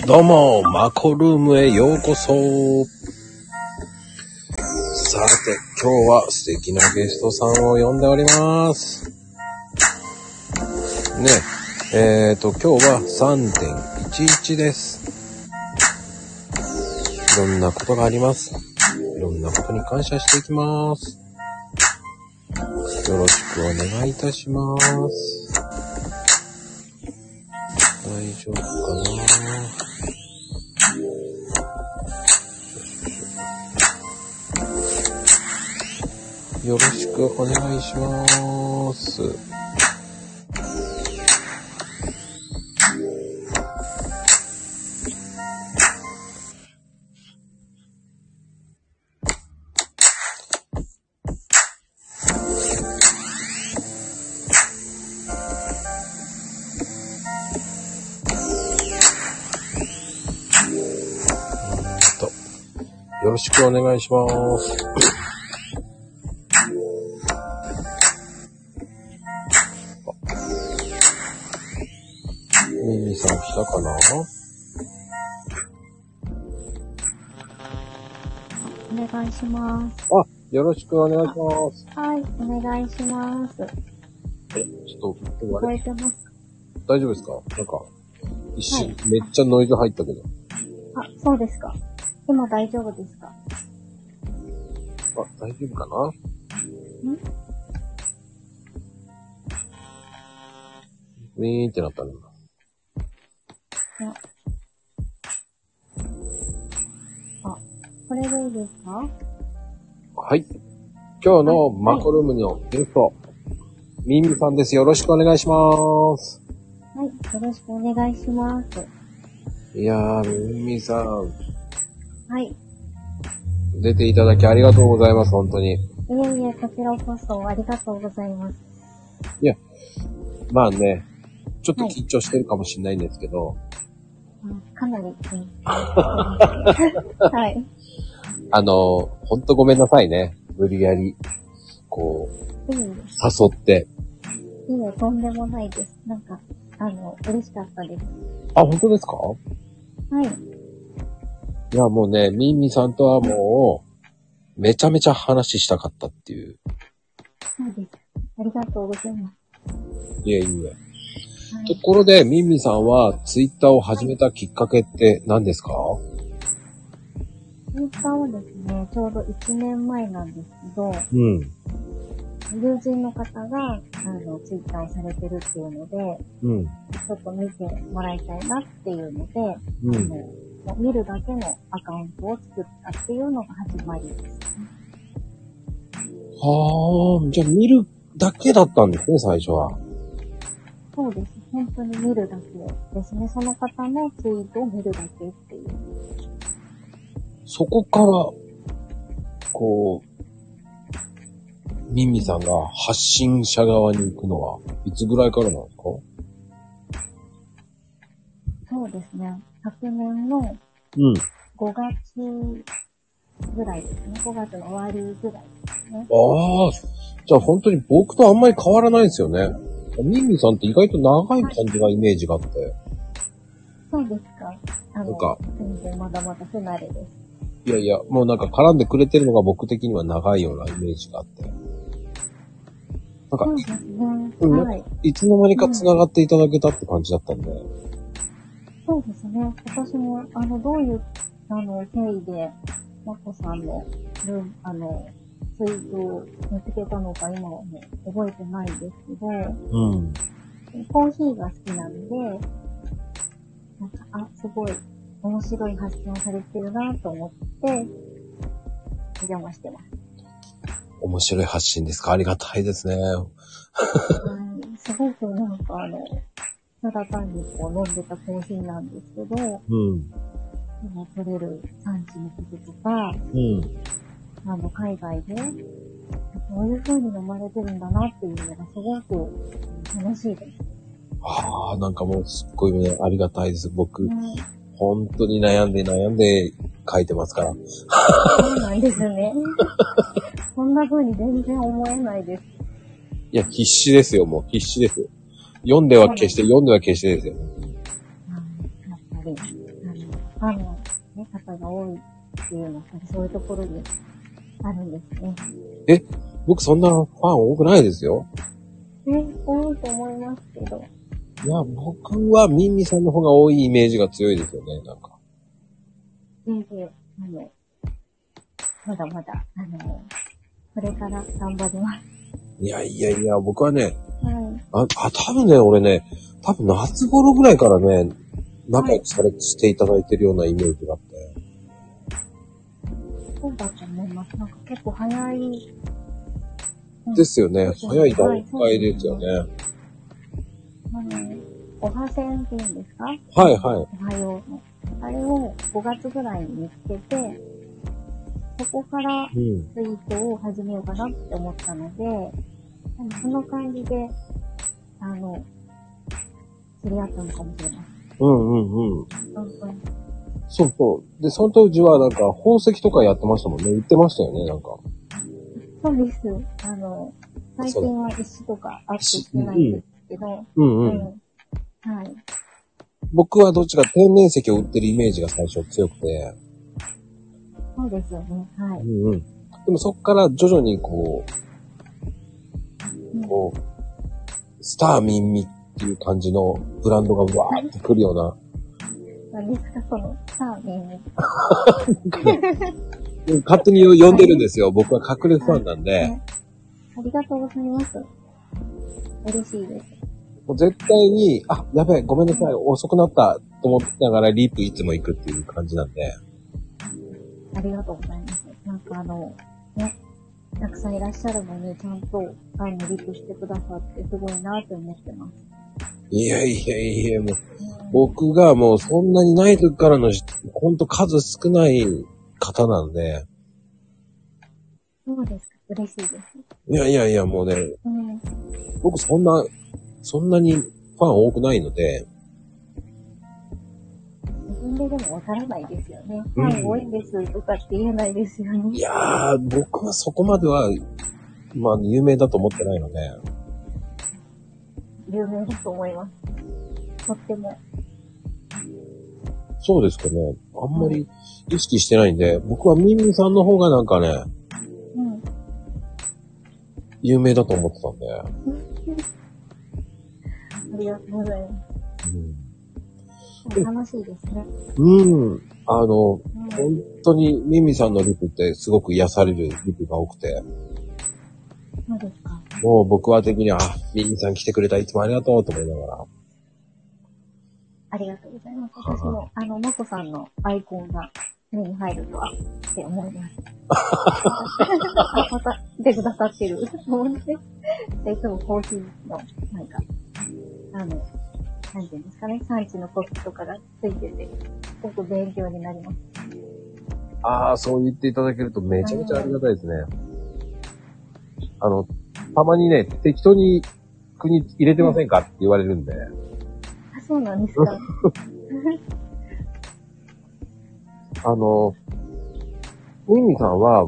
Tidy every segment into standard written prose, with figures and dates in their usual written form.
どうも、マコルームへようこそ。さて、今日は素敵なゲストさんを呼んでおります。ね、今日は 3.11 です。いろんなことがあります。いろんなことに感謝していきます。よろしくお願いいたします。大丈夫かな。よろしくお願いします。よろしくお願いします。ミミさん来たかな？ お願いします。 あ、よろしくお願いします。 はい、お願いします。 ちょっと、 聞こえてますか？ 大丈夫ですか？なんか、一瞬、めっちゃノイズ入ったけど。 あ、そうですか。今大丈夫ですか？ あ、大丈夫かな？ウィーンってなったね。 あ、これでいいですか？ はい。今日のマコルームのゲスト、ミミさんです。よろしくお願いします。 はい、よろしくお願いします。 いやー、ミミさん。 はい。 出ていただきありがとうございます、本当に。 いえいえ、こちらこそありがとうございます。 いや、まあね、ちょっと緊張してるかもしれないんですけど。 かなりはい。 ほんとごめんなさいね。無理やり、こう、誘って。 いいえ、とんでもないです。なんか、嬉しかったです。 あ、本当ですか？ はい。 いや、もうね、ミンミさんとはもう、めちゃめちゃ話したかったっていう。 そうです。ありがとうございます。 いえいえ。ところで、ミンミさんはツイッターを始めたきっかけって何ですか？ ツイッターはですね、ちょうど1年前なんですけど、友人の方が、ツイッターをされてるっていうので、ちょっと見てもらいたいなっていうので、見るだけのアカウントを作ったっていうのが始まりですね。 はあ、じゃあ見るだけだったんですね、最初は。 そうです。本当に見るだけですね。その方のツイートを見るだけっていう。 そこから、こう、ミンミさんが発信者側に行くのはいつぐらいからなんですか？ そうですね。昨年の5月ぐらいですね。5月の終わりぐらいですね。 ああ、じゃあ本当に僕とあんまり変わらないですよね。ミンミさんって意外と長い感じがイメージがあって。 そうですか。全然まだまだ不慣れです。 いやいや、もうなんか絡んでくれてるのが僕的には長いようなイメージがあって。なんか、 そうですね。はい。 いつの間にか繋がっていただけたって感じだったんで。 そうですね。私も、どういう、経緯で、まこさんの、ツイートを見つけたのか今はもう覚えてないんですけど、コーヒーが好きなんで、なんか、すごい面白い発信をされてるなと思って、お邪魔してます。 面白い発信ですか？ありがたいですね。 すごくなんかただ単にこう飲んでたコーヒーなんですけど、今取れる産地のこととか、海外で、こういう風に飲まれてるんだなっていうのがすごく楽しいです。 ああ、なんかもうすっごいね、ありがたいです。僕、本当に悩んで書いてますから。 そうなんですね。そんな風に全然思えないです。 いや、必死ですよ、もう必死です。読んでは消してですよ。 やっぱり、 ファンの、ね、方が多いっていうのは、そういうところにあるんですね。 僕そんなファン多くないですよ。 多いと思いますけど。 いや、僕はミンミさんの方が多いイメージが強いですよね、なんか。 全然、まだまだ、これから頑張ります。 いやいやいや、僕はね、 はい。 多分ね、俺ね、多分夏頃ぐらいからね、仲良くしていただいてるようなイメージがあって。 そうだと思います。なんか結構早い。 ですよね。早い段階ですよね。 おはせんっていうんですか？ はいはい。 おはようの。あれを5月ぐらいに見つけて、そこからツイートを始めようかなって思ったので、その感じで、知り合ったのかもしれない。 そうそう。で、その当時はなんか宝石とかやってましたもんね。売ってましたよね、なんか。 そうです。最近は石とかアップしてないんですけど。はい。 僕はどっちか天然石を売ってるイメージが最初強くて。 そうですよね。はい。 でもそっから徐々にこう、スターミンミっていう感じのブランドがわーってくるような。 何ですか、そのスターミンミ。 勝手に呼んでるんですよ。僕は隠れファンなんで。 ありがとうございます。嬉しいです。 もう絶対に、やべえ、ごめんなさい、遅くなったと思いながらリープいつも行くっていう感じなんで。 ありがとうございます。なんかたくさんいらっしゃるのに、ちゃんと、リプしてくださってすごいなって思ってます。 いやいやいや、もう、僕がもうそんなにない時からの、ほんと数少ない方なんで。 そうですか。嬉しいです。 いやいやいや、もうね、僕そんなにファン多くないので。 自分ででもわからないですよね。ファン多いんですとかって言えないですよね。 いやー、僕はそこまでは、有名だと思ってないので。 有名だと思います。とっても。 そうですかね。あんまり意識してないんで、僕はミンミさんの方がなんかね、有名だと思ってたんで。 ありがとうございます。楽しいですね。 本当にミンミさんのリプってすごく癒されるリプが多くて。 そうですか。 もう僕は的には、ミンミさん来てくれた、いつもありがとうと思いながら。 ありがとうございます。私も、まこさんのアイコンが目に入るとは、って思います。また、来てくださってる。思って。いつもコーヒーの、なんか、なんていうんですかね、産地のコピーとかがついてて、すごく勉強になります。そう言っていただけるとめちゃめちゃありがたいですね。たまにね、適当に国入れてませんかって言われるんで。 そうなんですか。 ミンミさんは、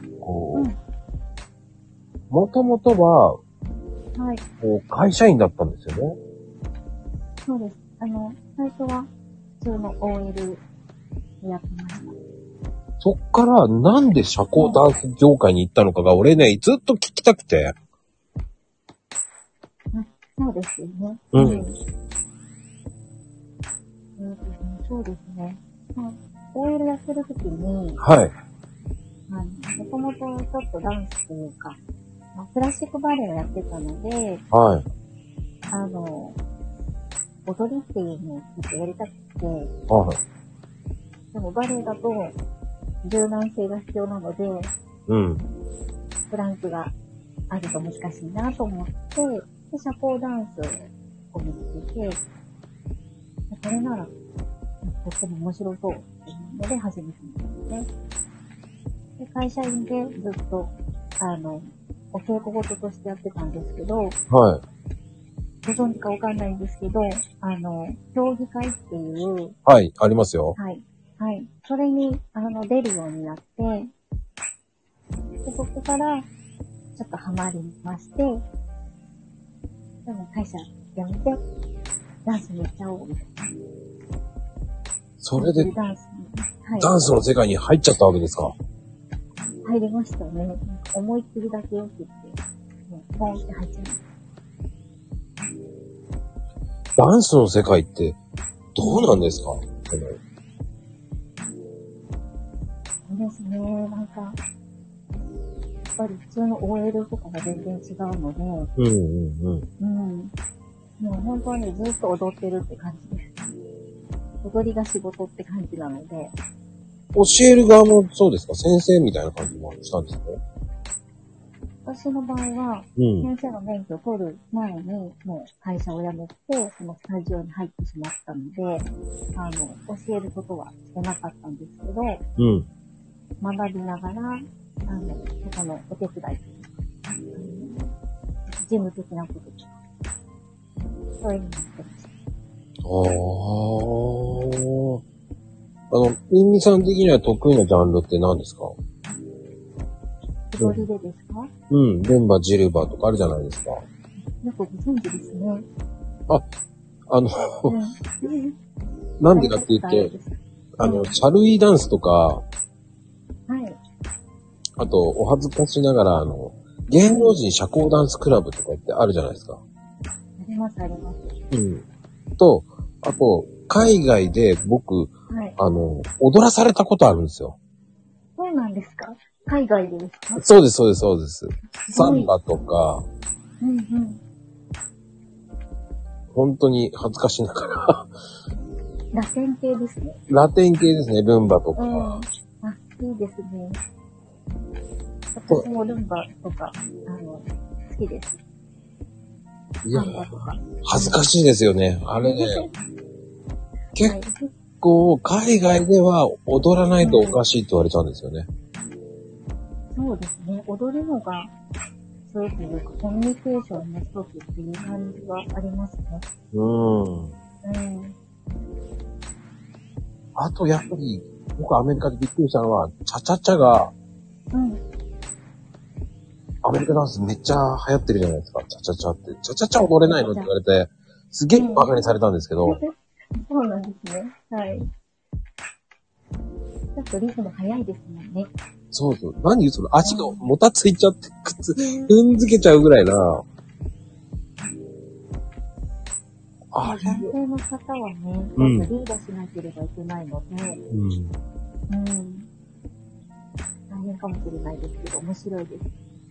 もともとは、会社員だったんですよね。 そうです。最初は普通の OL をやってました。 そっからなんで社交ダンス業界に行ったのかが俺ね、ずっと聞きたくて。 そうですよね。そうですね。OL やってる時に、もともとちょっとダンスというか、クラシックバレエをやってたので、踊りっていうのをちょっとやりたくて、でもバレエだと柔軟性が必要なので、ブランクがあると難しいなと思って、で、社交ダンスを見つけて、これなら、とっても面白そうっていうので始めたんですね。で、会社員でずっと、お稽古事としてやってたんですけど、ご存知かわかんないんですけど、競技会っていう、 ありますよ。 それに、出るようになって、で、そこから、ちょっとハマりまして、でも会社辞めて、ダンスに行っちゃおう、みたいな。 それで、 ダンスに、はい。 ダンスの世界に入っちゃったわけですか？ 入りましたね。思いっきりだけよくって、もう、ポンって入っちゃいました。 ダンスの世界ってどうなんですか？ そうですね。なんか、やっぱり普通の OL とかが全然違うので、 うん。 もう本当にずっと踊ってるって感じです。踊りが仕事って感じなので。 教える側もそうですか？先生みたいな感じもしたんですか？ 私の場合は、先生の免許を取る前に、もう会社を辞めて、そのスタジオに入ってしまったので、教えることはしてなかったんですけど、学びながら、そこのお手伝いとか、事務的なこととか、そういうのをやってました。 ミンミさん的には得意なジャンルって何ですか？ 踊りでですか？ ルンバ、ジルバとかあるじゃないですか。 よくご存知ですね。 なんでかって言って、シャルイダンスとか、 はい。 あと、お恥ずかしながら、芸能人社交ダンスクラブとかってあるじゃないですか。 あります、あります。 と、あと、海外で僕、はい、踊らされたことあるんですよ。 そうなんですか？海外でですか？ そうです。サンバとか、本当に恥ずかしながら。 ラテン系ですね。 ラテン系ですね、ルンバとか。 いいですね。私もルンバとか、好きです。 いや、恥ずかしいですよね。あれね。結構、海外では踊らないとおかしいって言われちゃうんですよね。 そうですね。踊るのが、そういうか、コミュニケーションの一つっていう感じはありますね。 あと、やっぱり、僕アメリカでびっくりしたのは、チャチャチャが、アメリカダンスめっちゃ流行ってるじゃないですか、チャチャチャって。チャチャチャ踊れないのって言われて、すげえ馬鹿にされたんですけど。 そうなんですね。はい。ちょっとリズム早いですもんね。 そう。何それ、足がもたついちゃって、踏んづけちゃうぐらいな。 男性の方はね、リードしなければいけないので、大変かもしれないですけど、面白いです。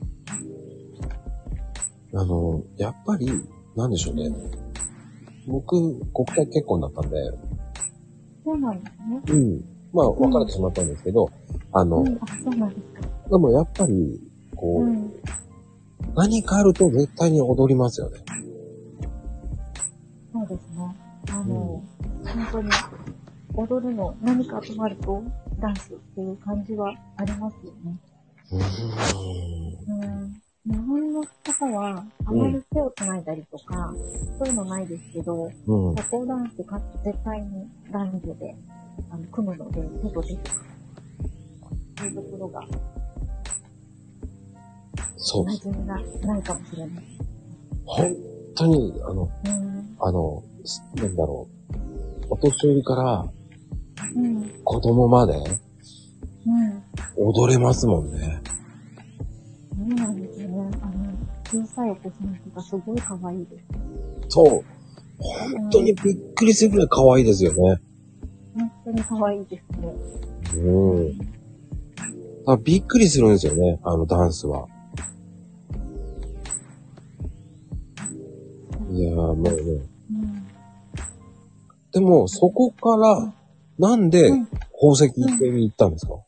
やっぱり、なんでしょうね。僕、国際結婚だったんで。 そうなんですね。 まあ、別れてしまったんですけど、 そうなんですか。 でもやっぱり、こう、何かあると絶対に踊りますよね。 そうですね。本当に、踊るの、何か集まると、ダンスっていう感じはありますよね。日本の方は、あまり手を繋いだりとか、そういうのないですけど、社交ダンスって絶対に男女で、組むので、手と手とか、そういうところが、 そう。 馴染みがないかもしれない。 本当に、なんだろう。お年寄りから、子供まで、踊れますもんね。 そうなんですね。小さいお子さんとかすごい可愛いです。 そう。本当にびっくりするぐらい可愛いですよね。 本当に可愛いですね。 びっくりするんですよね、ダンスは。いやー、もうね。でも、そこから、なんで、宝石系に行ったんですか？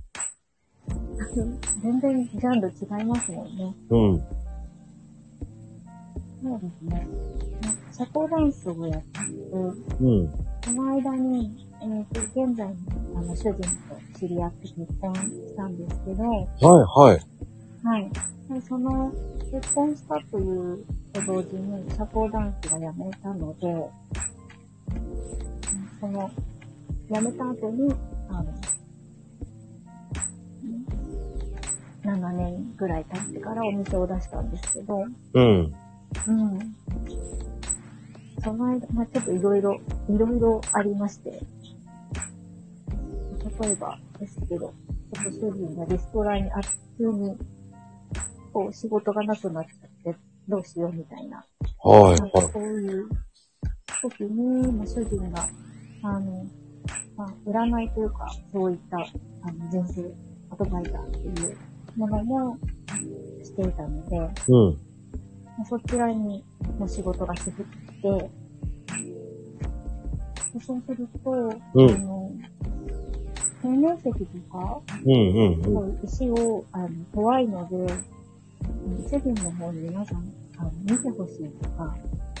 全然ジャンル違いますもんね。そうですね。社交ダンスをやって、その間に、現在の主人と知り合って結婚したんですけど、はい。でその、結婚したというと同時に社交ダンスがやめたので、その、やめた後に、7年ぐらい経ってからお店を出したんですけど、その間、ちょっといろいろありまして、 例えばですけど、ちょっと主人がレストランに急に、こう、仕事がなくなっちゃって、どうしようみたいな。 はい、 なんかはい。 そういう時に、まあ、主人が、まあ、占いというか、そういった、人生アドバイザーっていうものもしていたので、 うん。 まあそちらにの仕事がシフトして、でそうすると、 うん天然石とか、 うんうんうん。 そういう石を、怖いので、主人の方に皆さん、見てほしいとか、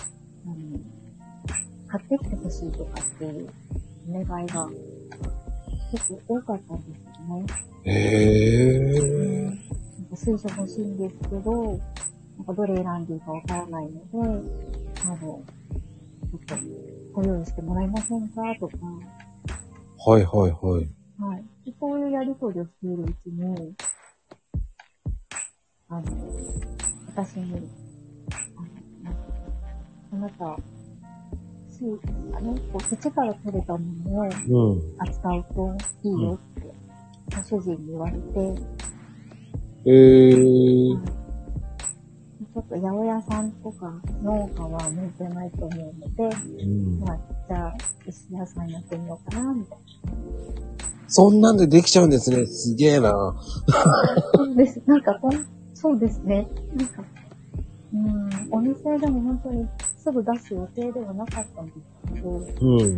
買ってきてほしいとかっていうお願いが結構多かったんですよね。 へなんか水晶欲しいんですけど、なんかどれ選んでいいかわからないので、ちょっとご用意してもらえませんかとか、 はいはいはい。 はい。でそういうやりとりをしているうちに、私に、あなた、こう土から取れたものを扱うといいよって、主人に言われて、ちょっと八百屋さんとか農家は向いてないと思うので、まあ、じゃあ、石屋さんやってみようかな、みたいな。 そんなんでできちゃうんですね。すげえな。 そうです。なんか、そうですね。なんか、お店でも本当にすぐ出す予定ではなかったんですけど、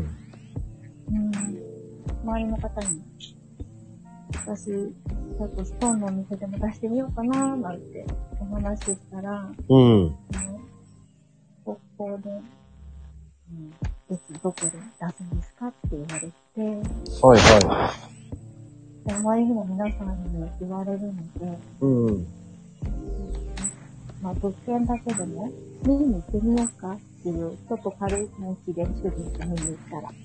周りの方に、私、ちょっとストーンのお店でも出してみようかな、なんてお話ししたら、学校で、いつどこで出すんですかって言われて、 はいはであまりにも皆さんに言われるので、まあ、物件だけでも見に行ってみようかっていう、ちょっと軽い気持ちで主人と見に行ったら、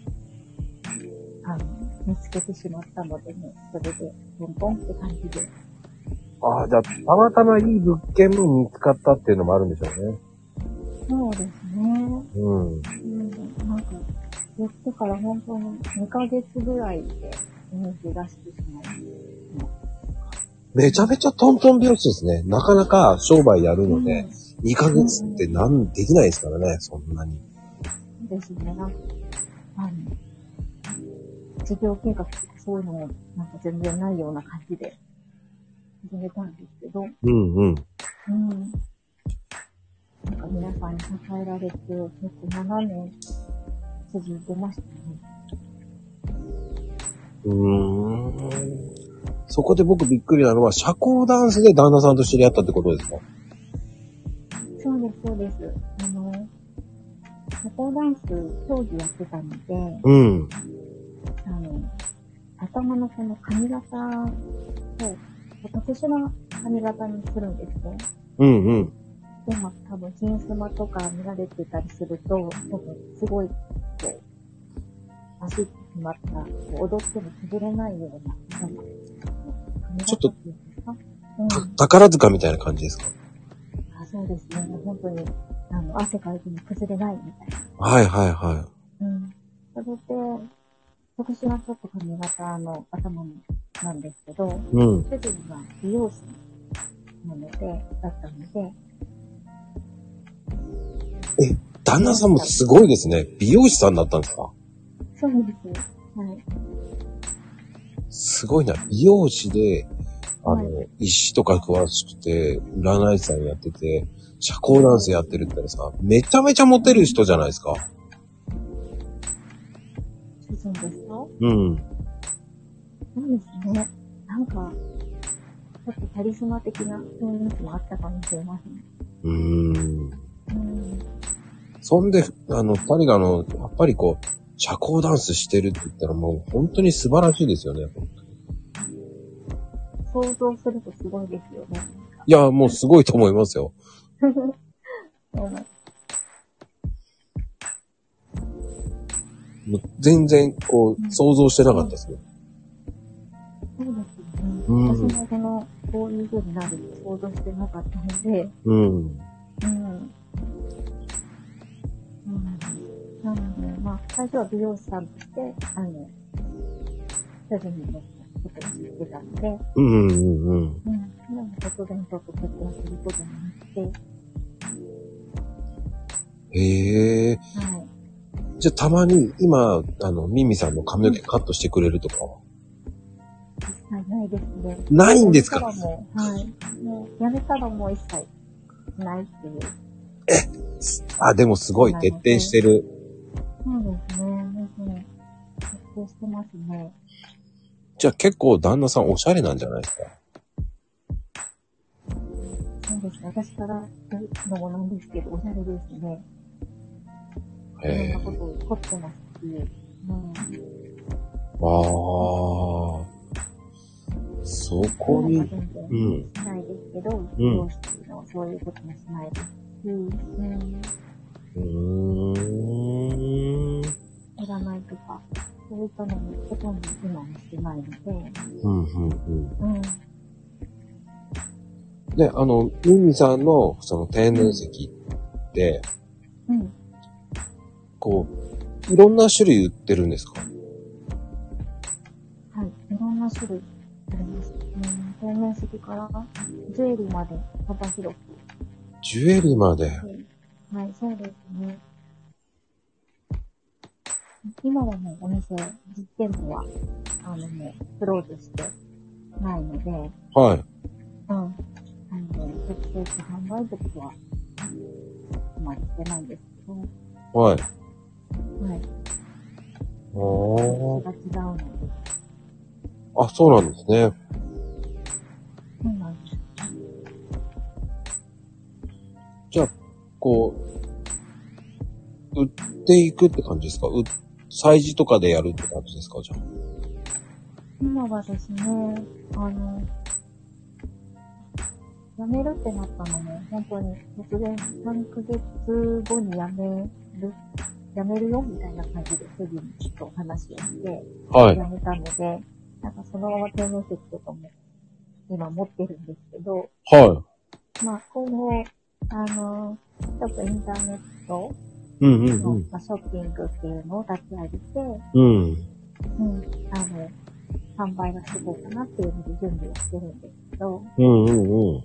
見つけてしまったのでね、それで、ポンポンって感じで。 ああ、じゃあ、たまたまいい物件も見つかったっていうのもあるんでしょうね。 そうですね。なんか、言ってから本当に2ヶ月ぐらいで人気出してしまいます。 めちゃめちゃトントン拍子ですね。なかなか商売やるので、2ヶ月ってできないですからね、そんなに。 そうですね。事業計画とかそういうのもなんか全然ないような感じで始めたんですけど、なんか皆さんに支えられて、結構7年続いてましたね。 そこで僕びっくりなのは、社交ダンスで旦那さんと知り合ったってことですか？ そうです、そうです。社交ダンス競技やってたので、頭のこの髪型を特殊な髪型にするんですね。でも多分金スマとか見られてたりすると、多分すごい、こう、バシッと決まった、踊っても崩れないような、 ちょっと、宝塚みたいな感じですか？ そうですね。本当に、汗かいても崩れないみたいな。 はいはいはい。 それで、特殊なちょっと髪型の頭なんですけど、主人が美容師なので、だったので、 旦那さんもすごいですね。美容師さんだったんですか？ そうです。はい。 すごいな。美容師で、石とか詳しくて、占い師さんやってて、社交ダンスやってるってさ、めちゃめちゃモテる人じゃないですか。 主人ですか？そうですね。なんか、ちょっとカリスマ的な雰囲気もあったかもしれません。 そんで、二人がやっぱりこう、社交ダンスしてるって言ったらもう本当に素晴らしいですよね。 想像するとすごいですよね。 いや、もうすごいと思いますよ。全然、こう、想像してなかったですね。 そうですよね。私もこういう風になるって想像してなかったので、なので、まあ、最初は美容師さんとして、 主人のことを知ってたので、 うんうんうん。 でも突然ちょっと結婚することになって、 へえ。 はい。 じゃあたまに今、ミミさんの髪の毛カットしてくれるとかは、 はい、ないですね。 ないんですか？ やめたらもう、はい。もう、やめたらもう一切ないっていう。 あ、でもすごい徹底してる。 そうですね。本当に。徹底してますね。 じゃあ結構旦那さんおしゃれなんじゃないですか？ そうですね。私から言うのもなんですけど、おしゃれですね。いろんへえ。 なことを凝ってますし、 ああ。そこに、 全然しないですけど、両親のそういうこともしないですし、占いとか、そういったのもほとんど今もしてないので、 で、ミミさんのその天然石って、こう、いろんな種類売ってるんですか？ はい、いろんな種類あります。天然石からジュエリーまで幅広く。 ジュエリーまで。 はい、そうですね。今はもうお店、実店舗は、もう、クローズしてないので、 はい。 直接販売ってことは、あまりしてないんですけど、 はい。 はい。 あ形が違うので。 あ。あ、そうなんですね。 そうなんです。 じゃあ、こう、売っていくって感じですか？催事とかでやるって感じですか？じゃあ。 今はですね、辞めるってなったのも、本当に突然3ヶ月後に辞めるよみたいな感じで主人にちょっと話をして、 はい。 辞めたので、なんかそのまま天然石とかも今持ってるんですけど、 はまあ今後、ちょっとインターネットい。うんうんの、 うん。 ショッピングっていうのを立ち上げて、 うん。 販売はしていこうかなっていうので準備をしてるんですけど、 うんうんうん。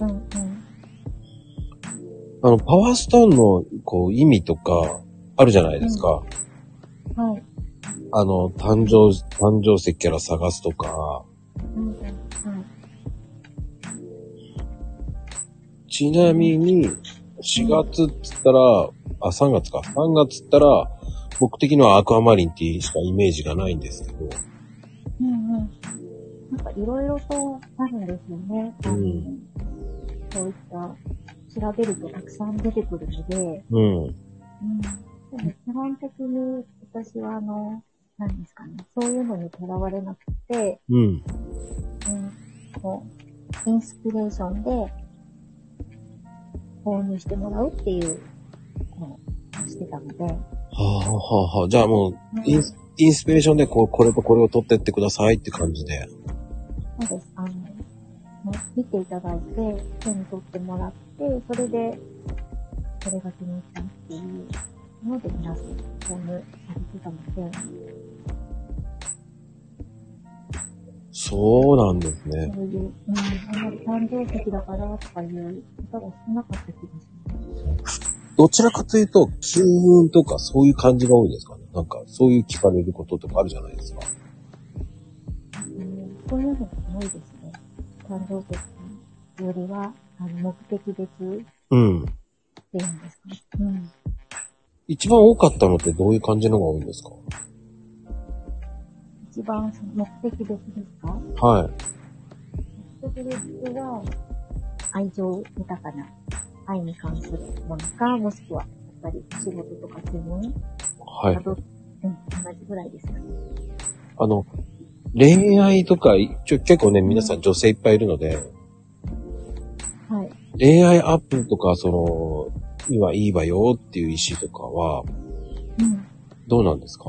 パワーストーンの、こう、意味とか、あるじゃないですか。 はい。 誕生石から探すとか、 はい。 ちなみに、4月っつったら、3月か。3月っつったら、僕的にはアクアマリンっていうしかイメージがないんですけど。 なんかいろいろとあるんですよね。そういった、調べるとたくさん出てくるので、でも基本的に私は何ですかね、そういうのにとらわれなくて、こう、インスピレーションで購入してもらうっていう、してたので。 はあはあはあ。じゃあもう、インスピレーションでこれとこれを取ってってくださいって感じで。 そうです。見ていただいて、手に取ってもらって、それで、それが気に入ったっていうので皆さん購入されてたので。 そうなんですね。 そういう、あんまり誕生石だからとかいう方が少なかった気がします。 どちらかというと、金運とかそういう感じが多いですかね。なんか、そういう聞かれることとかあるじゃないですか。 そういうのが多いですね。誕生石よりは、目的別っていうんですかね。 一番多かったのってどういう感じのが多いんですか？ 一番目的別ですか？ はい。 目的別は、愛情豊かな愛に関するものか、もしくは、やっぱり仕事とか自分はい。 同じぐらいですかね。 恋愛とか、結構ね、皆さん女性いっぱいいるので、 はい。 恋愛アップとか、今いいわよっていう意思とかは、どうなんですか？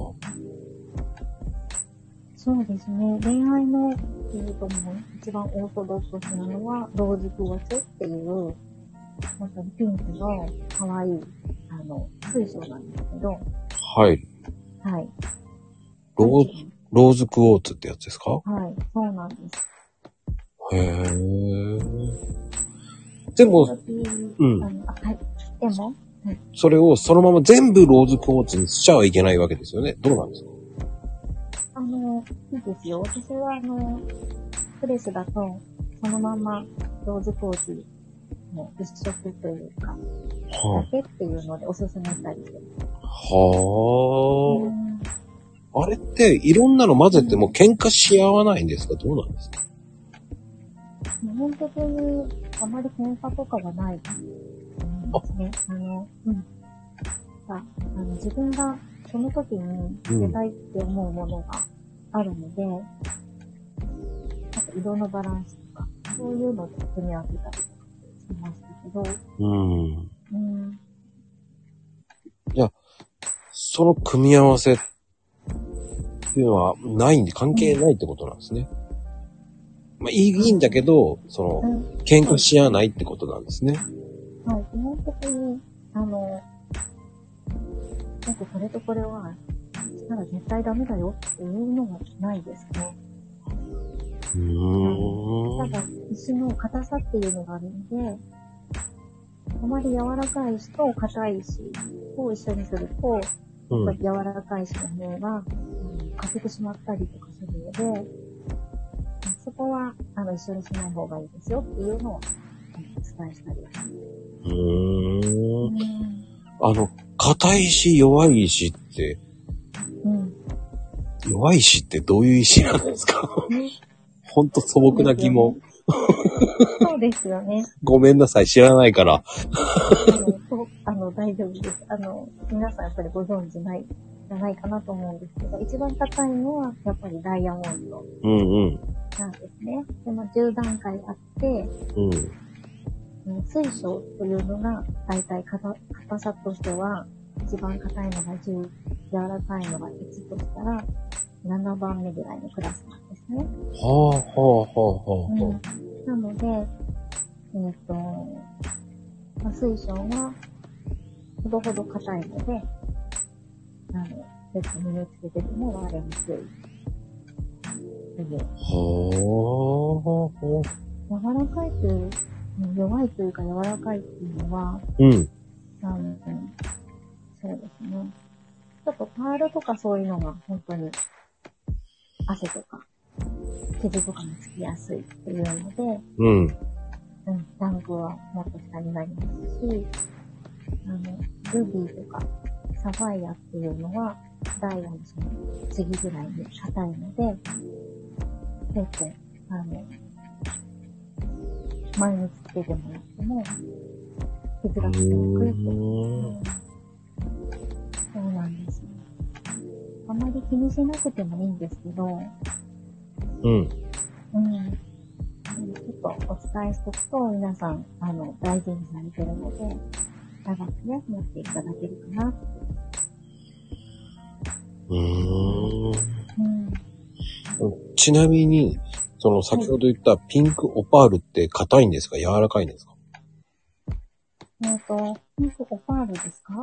そうですね。恋愛のっていうとも一番オーソドックスなのは、ローズクォーツっていう、本当にピンクの可愛い、水晶なんですけど。 はい。 はい。 ローズローズクォーツってやつですか？ はい、そうなんです。 へー。でも、 はい。でも、はい、 それをそのまま全部ローズクォーツにしちゃはいけないわけですよね。どうなんですか？ いいですよ。私はプレスだと、そのままローズクォーツの一色というか、だけっていうのでおすすめしたりしてます。 はあ。あれっていろんなの混ぜても喧嘩し合わないんですか？どうなんですか？ 基本的にあまり喧嘩とかがないと思いますね。自分がその時に出たいって思うものがあるので、あと色のバランスとか、そういうので組み合わせたりとかしましたけど。 じゃあ、その組み合わせっていうのはないんで、関係ないってことなんですね。まあ、いいんだけど、喧嘩し合わないってことなんですね。 はい、基本的に、これとこれは、したら絶対ダメだよっていうのがないですね。ただ、石の硬さっていうのがあるので、あまり柔らかい石と硬い石を一緒にすると、やっぱり柔らかい石の方が、欠けてしまったりとかするので、そこは、一緒にしない方がいいですよっていうのをお伝えしたりはします。 硬い石、弱い石って、弱い石ってどういう石なんですか？ほんと素朴な疑問。 そうですよね。 ごめんなさい、知らないから。 大丈夫です。皆さんやっぱりご存知ない、じゃないかなと思うんですけど、一番高いのはやっぱりダイヤモンドなんですね。で、10段階あって、水晶というのが大体硬さとしては、一番硬いのが10、柔らかいのが1としたら、7番目ぐらいのクラスなんですね。なので、水晶は、ほどほど硬いので、別に身につけてても割れにくい。柔らかいという、弱いというか柔らかいっていうのは、そうですね。ちょっとパールとかそういうのが本当に汗とか傷とかもつきやすいっていうので、ランクはもっと下になりますし、ルビーとかサファイアっていうのはダイヤのその次ぐらいに硬いので、結構、毎日つけてもらっても傷がつきにくいと。そうなんです。あまり気にしなくてもいいんですけど、ちょっとお伝えしとくと、皆さん、大事にされてるので、長くね、持っていただけるかな。 ちなみに、先ほど言ったピンクオパールって硬いんですか？柔らかいんですか？ ピンクオパールですか？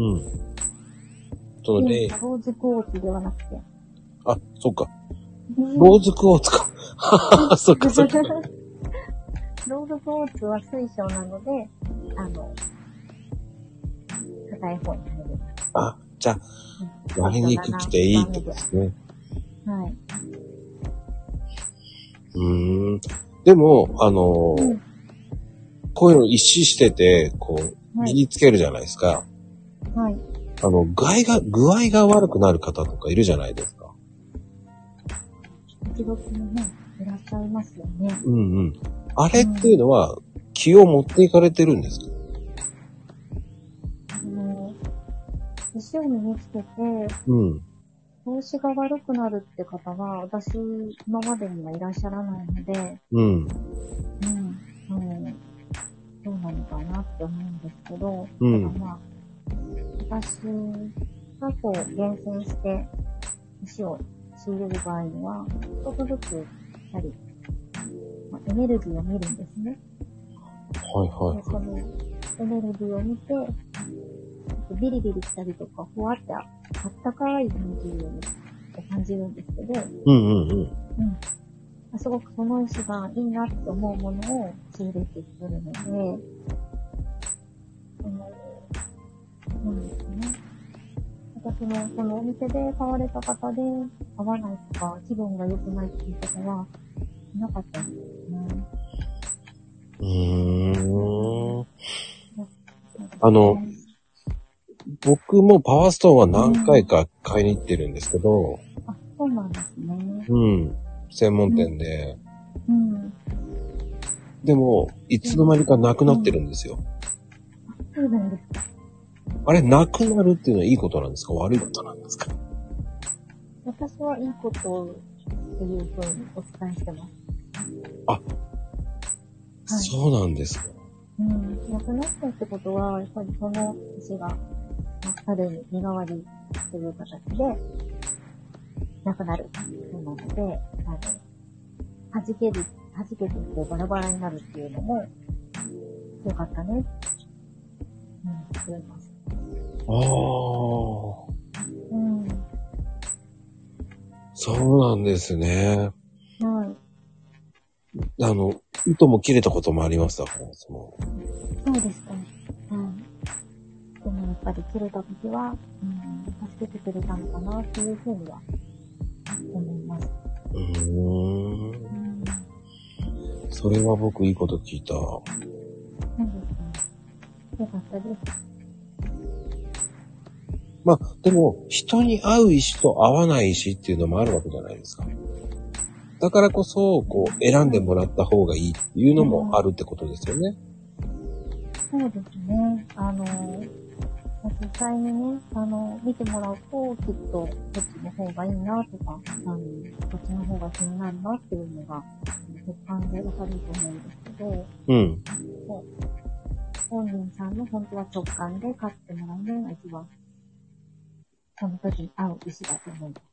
ローズクォーツではなくて。 あ、そっか。ローズクォーツか。そっかそっか。 ローズクォーツは水晶なので、硬い方になります。 あ、じゃあ、割れにくくていいってことですね。 はい。 でも、こういうの一致してて、身につけるじゃないですか。 はい。 具合が悪くなる方とかいるじゃないですか。 時々ね、いらっしゃいますよね。 あれっていうのは、気を持っていかれてるんですか？ 石を身につけて、調子が悪くなるって方が、私、今までにはいらっしゃらないので、どうなのかなって思うんですけど、私が厳選して、石を仕入れる場合には、ちょっとずつ、やはり、エネルギーを見るんですね。でそのエネルギーを見て、ビリビリしたりとか、ふわってあったかい感じって感じるんですけど、すごくその石がいいなって思うものを仕入れてくるので、なんですね。私のそのお店で買われた方で合わないとか気分が良くないっていう方はいなかったんですね。 僕もパワーストーンは何回か買いに行ってるんですけど、 あ、そうなんですね。 専門店で。 うんでも、いつの間にかなくなってるんですよ。 そうなんですか。 あれ、なくなるっていうのはいいことなんですか？悪いことなんですか？ 私はいいことっていうふうにお伝えしてます。 あ、そうなんですか。 なくなったってことは、やっぱりその石が、ある意味身代わりという形で、なくなる。そうなので、弾けてこうバラバラになるっていうのも、よかったね。思います。 そうなんですね。 はい。 糸も切れたこともありましたから、 そうですかね。でもやっぱり切れた時は、助けてくれたのかなっていうふうには思います。 それは僕いいこと聞いた。 何ですかね。よかったです。 まあ、でも、人に合う石と合わない石っていうのもあるわけじゃないですか。だからこそ、こう、選んでもらった方がいいっていうのもあるってことですよね。 そうですね。実際にね、見てもらうと、きっと、こっちの方がいいなとか、こっちの方が気になるなっていうのが、直感でわかると思うんですけど、本人さんの本当は直感で買ってもらうのが一番、その時に合う石だと思います。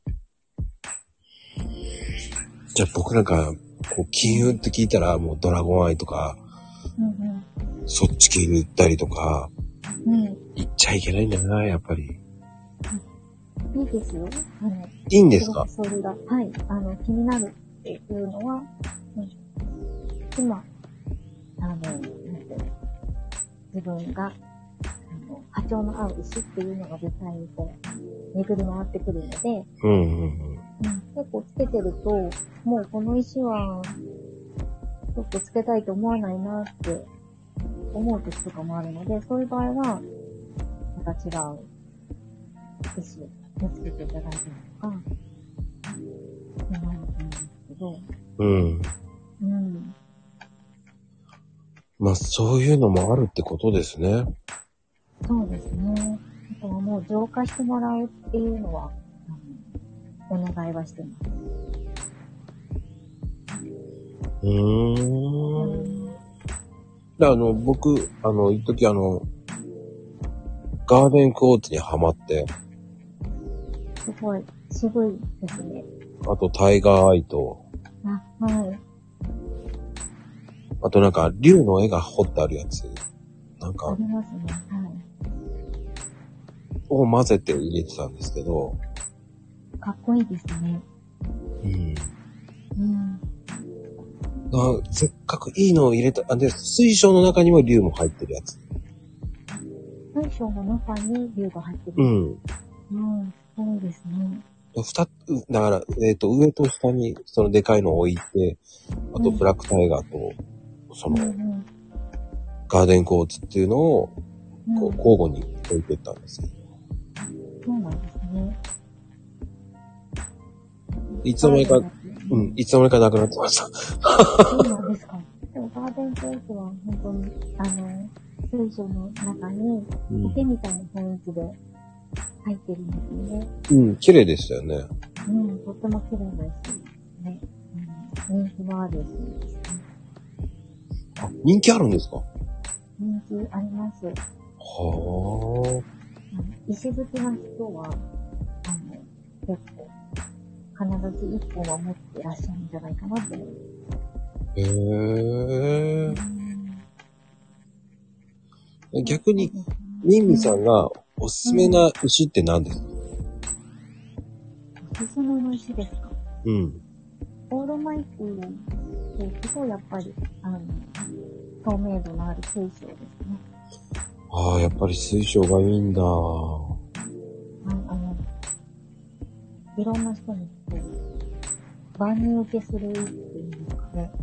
じゃあ僕なんか、こう、金運って聞いたら、もうドラゴンアイとか、そっち系に行ったりとか、行っちゃいけないんだな、やっぱり。 いいですよ。 いいんですか？ それが、はい。気になるっていうのは、今、自分が、波長の合う石っていうのが実際にこう、巡り回ってくるので、結構つけてると、もうこの石は、ちょっとつけたいと思わないなって思う時とかもあるので、そういう場合は、また違う石を見つけていただいたりとか、なると思うんですけど。 まあ、そういうのもあるってことですね。 そうですね。あとはもう浄化してもらうっていうのは、お願いはしてます。 僕、一時ガーデンクォーツにハマって。 すごい、渋いですね。 あと、タイガーアイと。 はい。 あとなんか、竜の絵が彫ってあるやつ。なんか。 ありますね。はい。 を混ぜて入れてたんですけど。 かっこいいですね。 せっかくいいのを入れた、で、水晶の中にも竜も入ってるやつ。 水晶の中に竜が入ってる。そうですね。 だから、上と下にそのでかいのを置いて、あとブラックタイガーと、ガーデンクォーツっていうのを、こう、交互に置いていったんですよ。 そうなんですね。 いつの間にか、いつの間にかなくなってました。 そうなんですか。でもガーデンクォーツは本当に、水晶の中に、池みたいな雰囲気で入ってるんですよね。 綺麗でしたよね。 とっても綺麗ですね。人気のある石ですね。 あ、人気あるんですか？ 人気あります。石好きな人は、結構、必ず一本は持ってらっしゃるんじゃないかなと思います。 逆に、ミンミさんがおすすめな石って何ですか？ おすすすめの石ですか？ うん。 オールマイティっていうと、やっぱり、透明度のある水晶ですね。 ああ、やっぱり水晶がいいんだ。 いろんな人にこう、万人受けするっていうんですかね。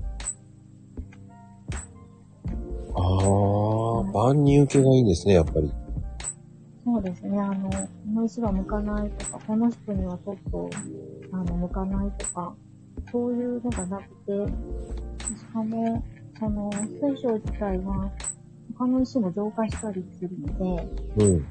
ああ、万人受けがいいんですね、やっぱり。 そうですね。この石は向かないとか、この人にはちょっと、向かないとか、そういうのがなくて、しかも、その、水晶自体は、他の石も浄化したりするので、 うん。 うん。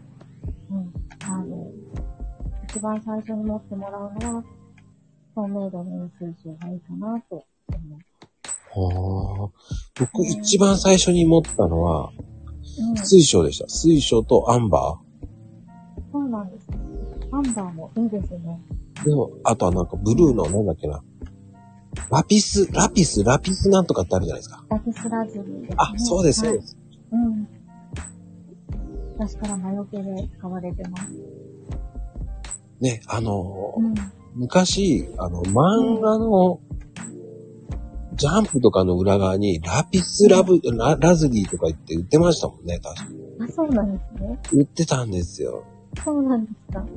一番最初に持ってもらうのは、透明度のいい水晶がいいかなと思う。 はあ。僕一番最初に持ったのは、水晶でした。水晶とアンバそうなんです。アンバーもいいですね。 ーでも、あとはなんかブルーのなんだっけな。ラピスなんとかってあるじゃないですか。 ラピスラズリーですね。 あ、そうです、そうです。 うん。昔から魔除けで使われてます。 ね、昔、漫画の、ジャンプとかの裏側に、ラズリーとか言って売ってましたもんね、確かに。 あ、そうなんですね。 売ってたんですよ。 そうなんですか。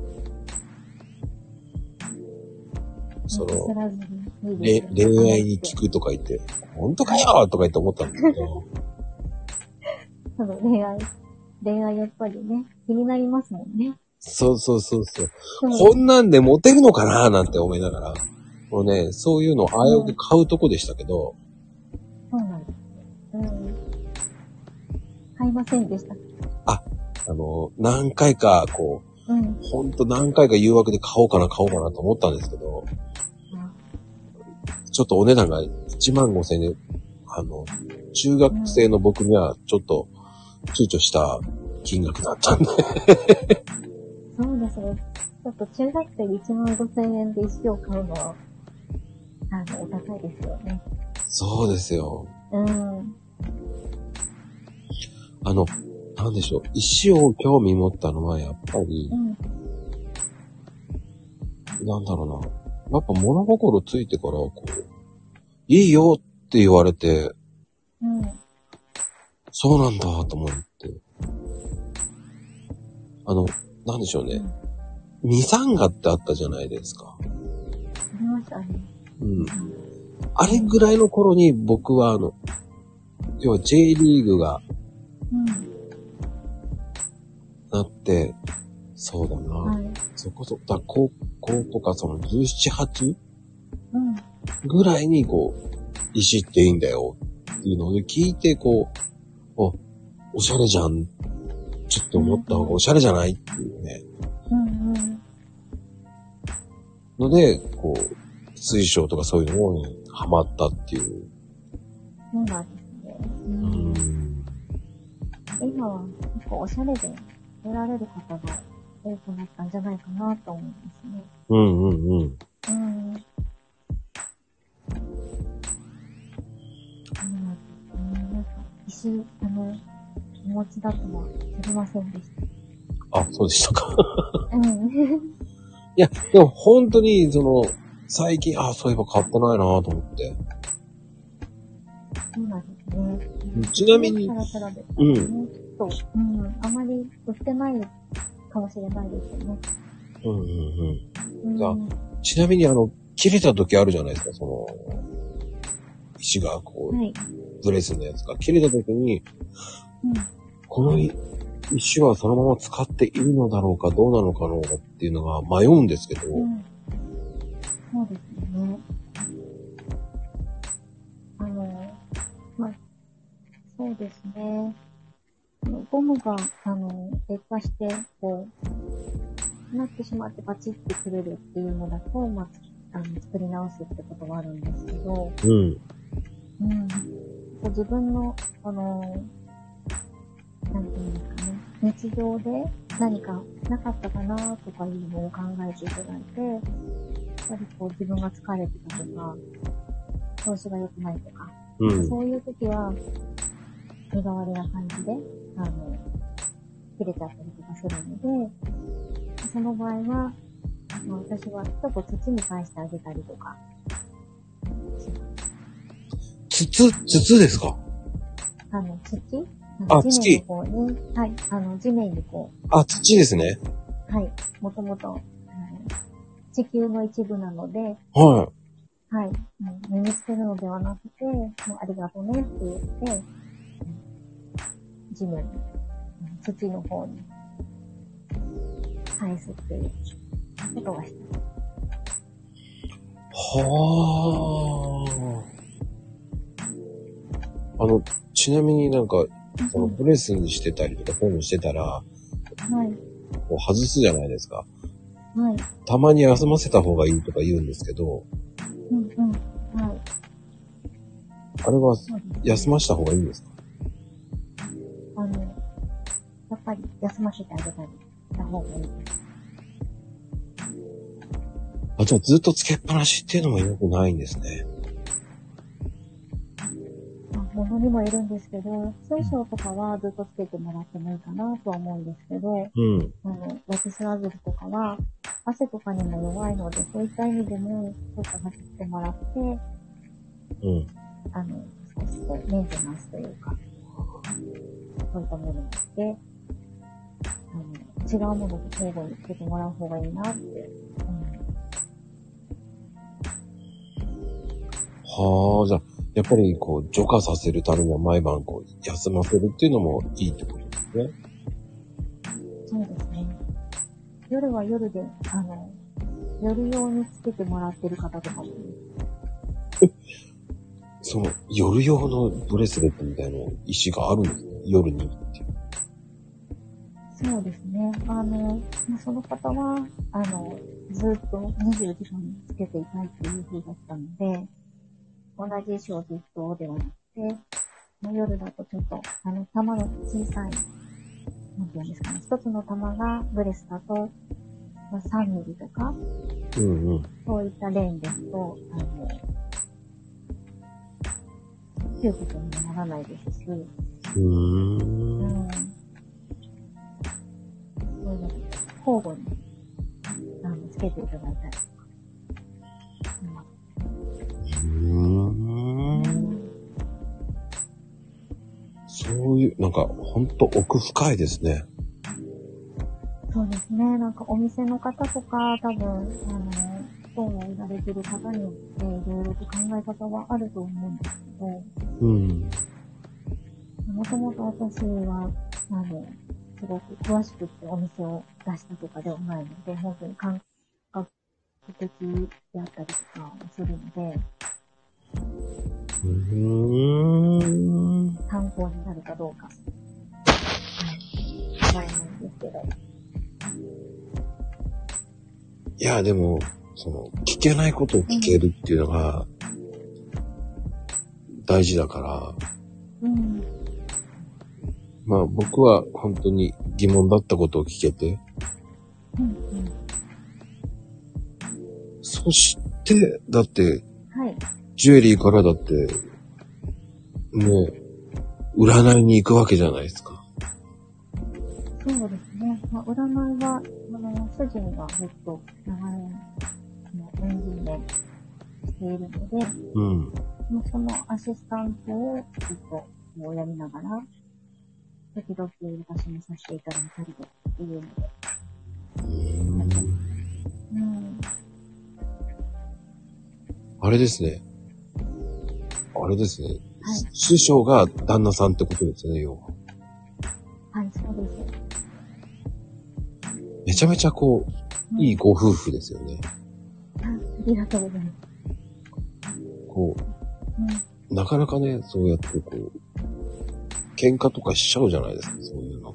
その、 ラズリーいいですね。 恋愛に聞くとか言って、本当かよとか言って思ったんですけど。 その恋愛やっぱりね、気になりますもんね。 そう。こんなんでモテるのかななんて思いながら。もうね、そういうのをあやうく買うとこでしたけど。 そうなんですね。買いませんでした。 何回か、ほんと何回か誘惑で買おうかなと思ったんですけど、ちょっとお値段が15,000円で、中学生の僕にはちょっと躊躇した金額だったんで。 そうですね。ちょっと中学生で15,000円で石を買うのは、お高いですよね。 そうですよ。なんでしょう。石を興味持ったのはやっぱり、なんだろうな。やっぱ物心ついてから、いいよって言われて、そうなんだと思って。なんでしょうね。ミサンガってあったじゃないですか。 ありましたね。 あれぐらいの頃に僕は要は J リーグが、なって、そうだな。そこそ、高校とかその17、8? ぐらいに石っていいんだよっていうので聞いておしゃれじゃん。ちょっと思った方がおしゃれじゃないっていうね。ので、水晶とかそういうのにハマったっていう。 そうなんですね。今は結構おしゃれで得られる方が多くなったんじゃないかなと思いますね。なんか石、お持ちだとは知りませんでした。 あ、そうでしたか。いや、でも本当に、最近、そういえば買ってないなぁと思って。 そうなんですね。 ちなみに、 あまり売ってないかもしれないですよね。 じゃあ、ちなみに切れた時あるじゃないですか、石がブレスのやつが切れた時に、この石はそのまま使っていいのだろうかどうなのかろうかっていうのが迷うんですけど。そうですね。そうですね。ゴムが、劣化して、なってしまってパチってくれるっていうのだと、作り直すってことがあるんですけど、自分の、なんていうんですかね、日常で何かなかったかなとかいうのを考えていただいて、やっぱり自分が疲れてたとか、調子が良くないとか、そういう時は、身代わりな感じで、切れちゃったりとかするので、その場合は、 まあ、私はちょっと土に返してあげたりとか。 筒ですか？ 土あ、 地面の方に、はい、地面にこう。 あ、土ですね。 はい、もともと、地球の一部なので、 はい。 はい。身につけるのではなくて、もうありがとうねって言って、地面、土の方に返すっていうことがしてます。 はあ。ちなみになんか、ブレスにしてたりとか、こういうのしてたら、 はい。 こう外すじゃないですか。 はい。 たまに休ませた方がいいとか言うんですけど、 はい。 あれは休ませた方がいいんですか？ やっぱり休ませてあげたりした方がいいです。 あ、じゃあずっとつけっぱなしっていうのも良くないんですね。 ものにもいるんですけど、水晶とかはずっとつけてもらってもいいかなとは思うんですけど、ラピスラズリとかは汗とかにも弱いので、そういった意味でもちょっと走ってもらって、少しこうメンテナンスというか、そういったものをして、違うものと交互につけてもらう方がいいなって、 はあ、じゃあ、やっぱりこう、除化させるためには毎晩こう、休ませるっていうのもいいってことですね。 そうですね。夜は夜で、夜用につけてもらってる方とかもいる。 その、夜用のブレスレットみたいな石があるんですね。夜にっていう。 そうですね。その方は、ずっと24時間つけていたいっていう風だったので、同じ石をずっとではなくて、夜だとちょっと、玉の小さい、なんていうんですかね、一つの玉がブレスだと、3ミリとか、そういったレーンですと、窮屈にもならないですし、そういうの交互に、つけていただいたりとか。 そういう、なんか、ほんと奥深いですね。 そうですね。なんかお店の方とか、多分、本を売られてる方によって、いろいろと考え方はあると思うんですけど、もともと私は、すごく詳しくってお店を出したとかではないので、本当に感覚的であったりとかをするので、参考になるかどうか、わからないんですけど。 いや、でも、聞けないことを聞けるっていうのが、大事だから、まあ僕は本当に疑問だったことを聞けて、そして、だって、ジュエリーからだって、ね、占いに行くわけじゃないですか。 そうですね。占いは、主人がずっと長年のエンジンでしているので、そのアシスタントをずっとやりながら、時々私もさせていただいたりとかっていうので。 あれですね。師匠が旦那さんってことですね、要は。 はい、そうです。 めちゃめちゃこう、いいご夫婦ですよね。 ありがとうございます。 こう、なかなかね、そうやってこう、喧嘩とかしちゃうじゃないですか、そういうのって。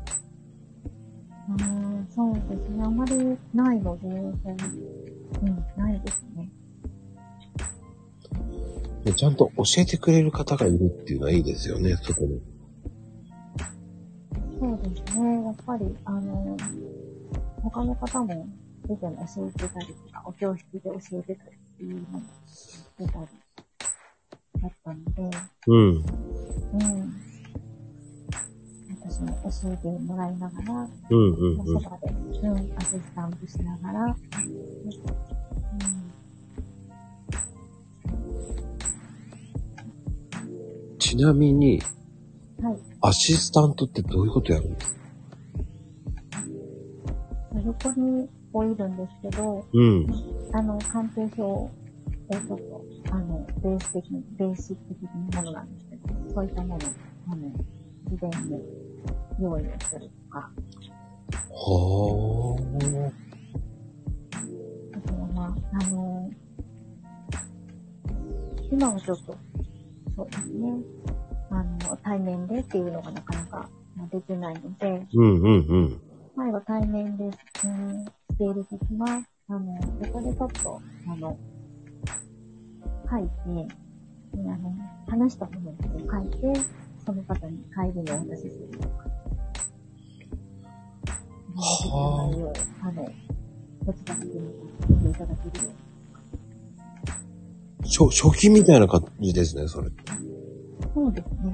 そうですね。あまりないので、ないですね。 ちゃんと教えてくれる方がいるっていうのはいいですよね、そこに。 そうですね。やっぱり、他の方も以前教えてたりとか、お教室で教えてたりっていうのも出たりだったので、 私も教えてもらいながら、 うんうんうん。 そばで、アシスタントしながら、 ちなみに、 はい。 アシスタントってどういうことやるんですか？ 横に置いるんですけど、 うん。 鑑定書をちょっと、ベーシック的なものなんですけど、そういったものを、事前に用意をするとか。 はあ。 あとは、今はちょっと、そうですね。対面でっていうのがなかなかできないので、 うんうんうん。 前は対面で、しているときは、横でちょっと、書いて、話したものを書いて、その方に帰りにお渡しするとか。 は内容を、ご自宅で見ていただけるように。 初期みたいな感じですね、それ。 そうですね。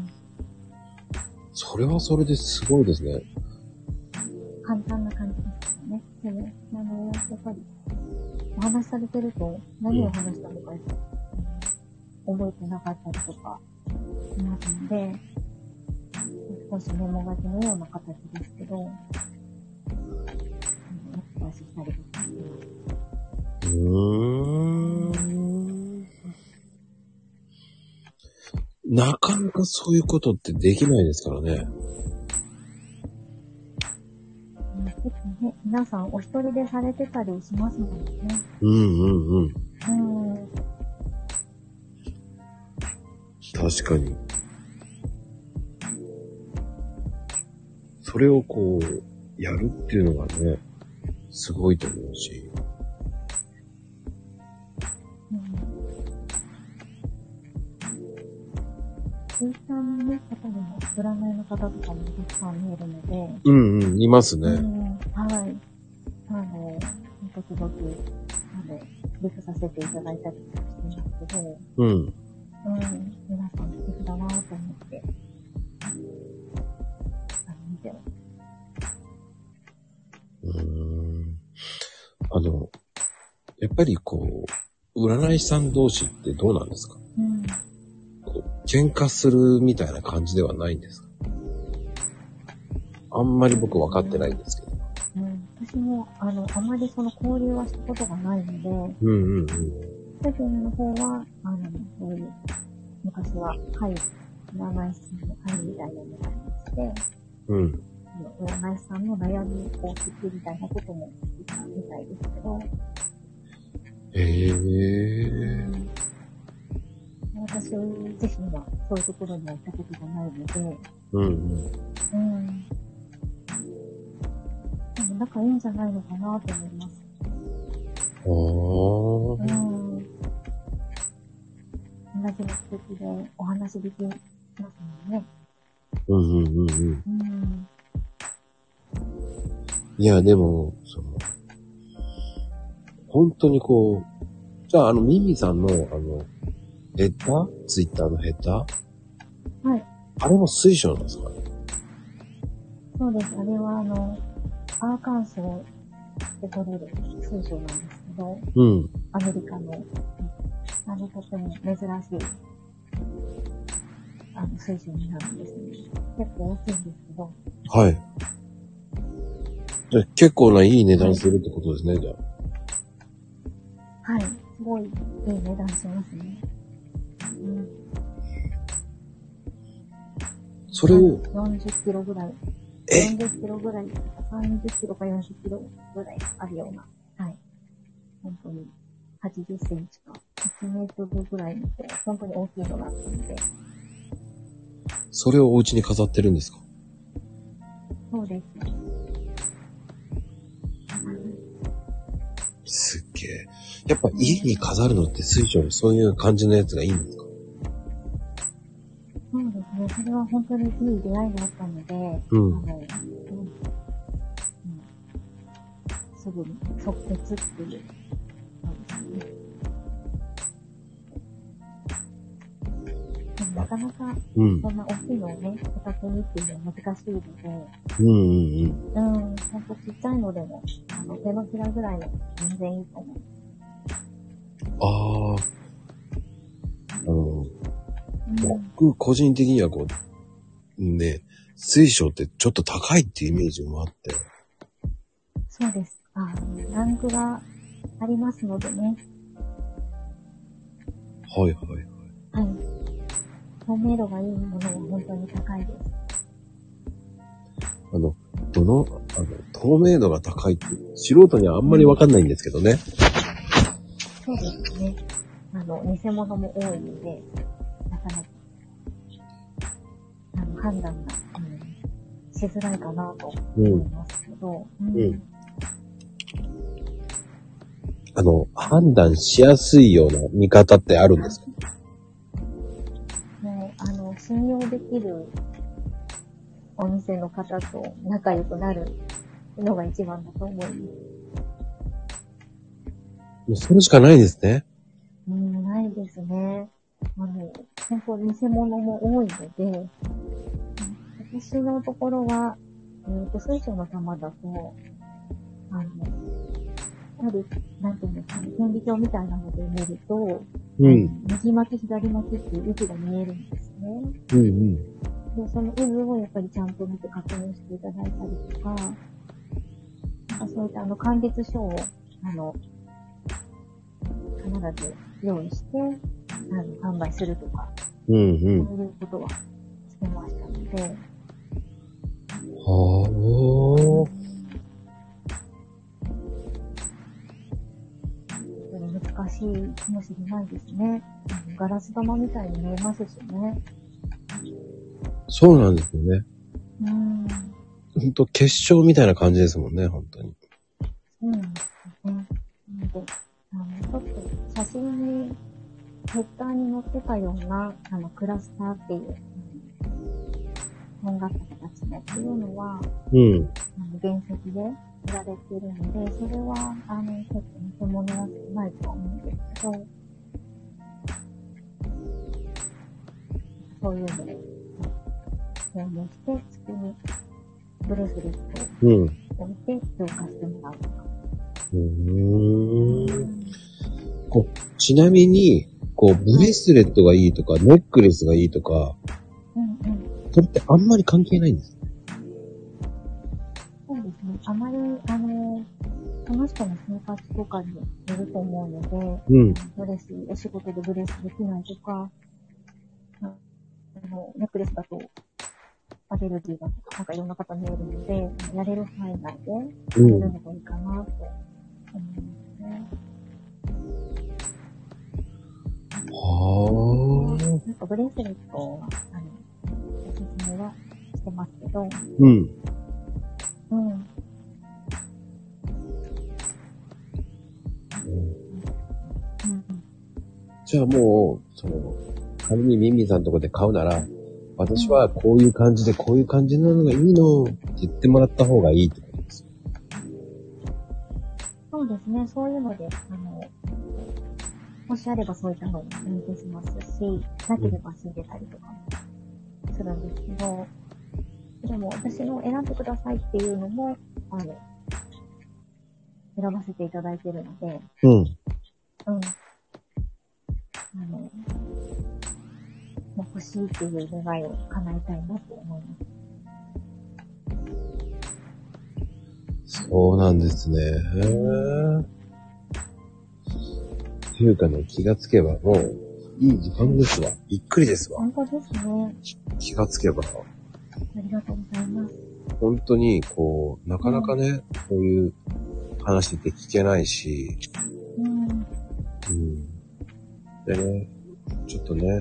それはそれですごいですね。 簡単な感じですよね。でも、やっぱり、お話しされてると、何を話したのか、覚えてなかったりとか、しますので、少しメモ書きのような形ですけど、お伝えしたりとかしてます。 なかなかそういうことってできないですからね。 結構ね、皆さんお一人でされてたりしますもんね。 確かに。それをこう、やるっていうのがね、すごいと思うし。 ツイッターのね、方にも、占いの方とかもたくさん見えるので、 いますね。 はい。時々、リプさせていただいたりとかしてますけど、皆さん素敵だなと思って、見てます。 やっぱりこう、占い師さん同士ってどうなんですか？喧嘩するみたいな感じではないんですか？あんまり僕分かってないんですけど。 私も、あまりその交流はしたことがないので、世間の方は、そういう、昔は会、占い師さんの会みたいなのがありまして、占い師さんの悩みを聞くみたいなことも聞いたみたいですけど、私自身はそういうところには行ったことがないので、でも仲いいんじゃないのかなと思います。同じ目的でお話できますもんね。 いや、でも、本当にこう、じゃあミミさんのヘッダー？ツイッターのヘッダー？ はい。 あれも水晶なんですかね？ そうです。あれはアーカンソーで取れる水晶なんですけど、アメリカの、とても珍しい、水晶になるんですね。結構大きいんですけど。 はい。じゃあ結構ないい値段するってことですね、じゃあ。はい。すごいいい値段しますね。 それを 40キロぐらい。40キロぐらい、30キロか40キロぐらいあるような。はい。本当に80センチか1メートルぐらいの本当に大きいのがあったので。 それをお家に飾ってるんですか？ そうです。 すっげえ。やっぱ家に飾るのって水晶のそういう感じのやつがいいんですか？ そうですね。それは本当にいい出会いがあったので、すぐに即決っていう。 なかなか、 うん。 そんな大きいのをね、こたつにっていうのは難しいので、 うんうんうん。 ほんとちっちゃいのでも、手のひらぐらいの全然いいと思う。 ああ。 うん。 僕、個人的にはこう、ね、水晶ってちょっと高いっていうイメージもあって。 そうです。ランクがありますのでね。 はいはいはい。 はい。透明度がいいものは本当に高いです。 透明度が高いって、素人にはあんまりわかんないんですけどね。 そうですね。偽物も多いので、なかなか、判断が、しづらいかなと思いますけど、 判断しやすいような見方ってあるんですか？ もう、信用できるお店の方と仲良くなるのが一番だと思います。 もうそれしかないですね。 ないですね。本当偽物も多いので、私のところは、水晶の玉だと、なんていうんですかね、顕微鏡みたいなので見ると、右巻き左巻きっていう渦が見えるんですね。で、その渦をやっぱりちゃんと見て確認していただいたりとか、そういった鑑別書を、必ず用意して、販売するとか、そういうことはしてましたので。難しいかもしれないですね。ガラス玉みたいに見えますしね。 そうなんですよね。 ほんと結晶みたいな感じですもんね、本当に。 そうなんですよね。なので、ちょっと写真に、ヘッダーに載ってたような、クラスターっていう、とんがった形でっていうのは、原石で売られているので、それは、結構偽物は少ないとは思うんですけど、そういうのを表現して、そこにブレスレットを置いて評価してもらうとか。 ちなみに、ブレスレットがいいとか、ネックレスがいいとか、それってあんまり関係ないんですか？ そうですね。あまり、その人の生活とかによると思うので、お仕事でブレスできないとか、ネックレスだと、アレルギーがなんかいろんな方見えるので、やれる範囲内で、やれるのがいいかなと思いますね。なんかブレスレットは、おすすめはしてますけど、 じゃあもう、仮にミンミンさんのとこで買うなら、私はこういう感じで、こういう感じなのがいいのって言ってもらった方がいいってことですよ。 そうですね。そういうので、もしあればそういったのをお見せしますし、なければ仕入れたりとかもするんですけど、でも私の選んでくださいっていうのも、選ばせていただいているので、欲しいっていう願いを叶えたいなと思います。 そうなんですね。っていうかね、気がつけばもう、いい時間ですわ。びっくりですわ。 本当ですね。 気がつけば。 ありがとうございます。 本当に、なかなかね、こういう話って聞けないし、でね、ちょっとね、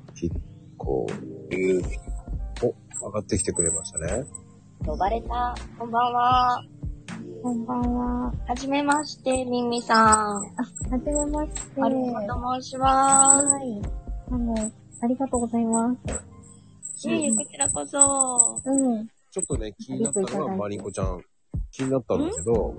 上がってきてくれましたね。 呼ばれた。こんばんは。 こんばんは。 はじめまして、ミンミさん。 はじめまして。 ありがとう申します。 はい。ありがとうございます。 いえいえ、こちらこそ。 ちょっとね、気になったのは、マリンコちゃん。気になったんだけど、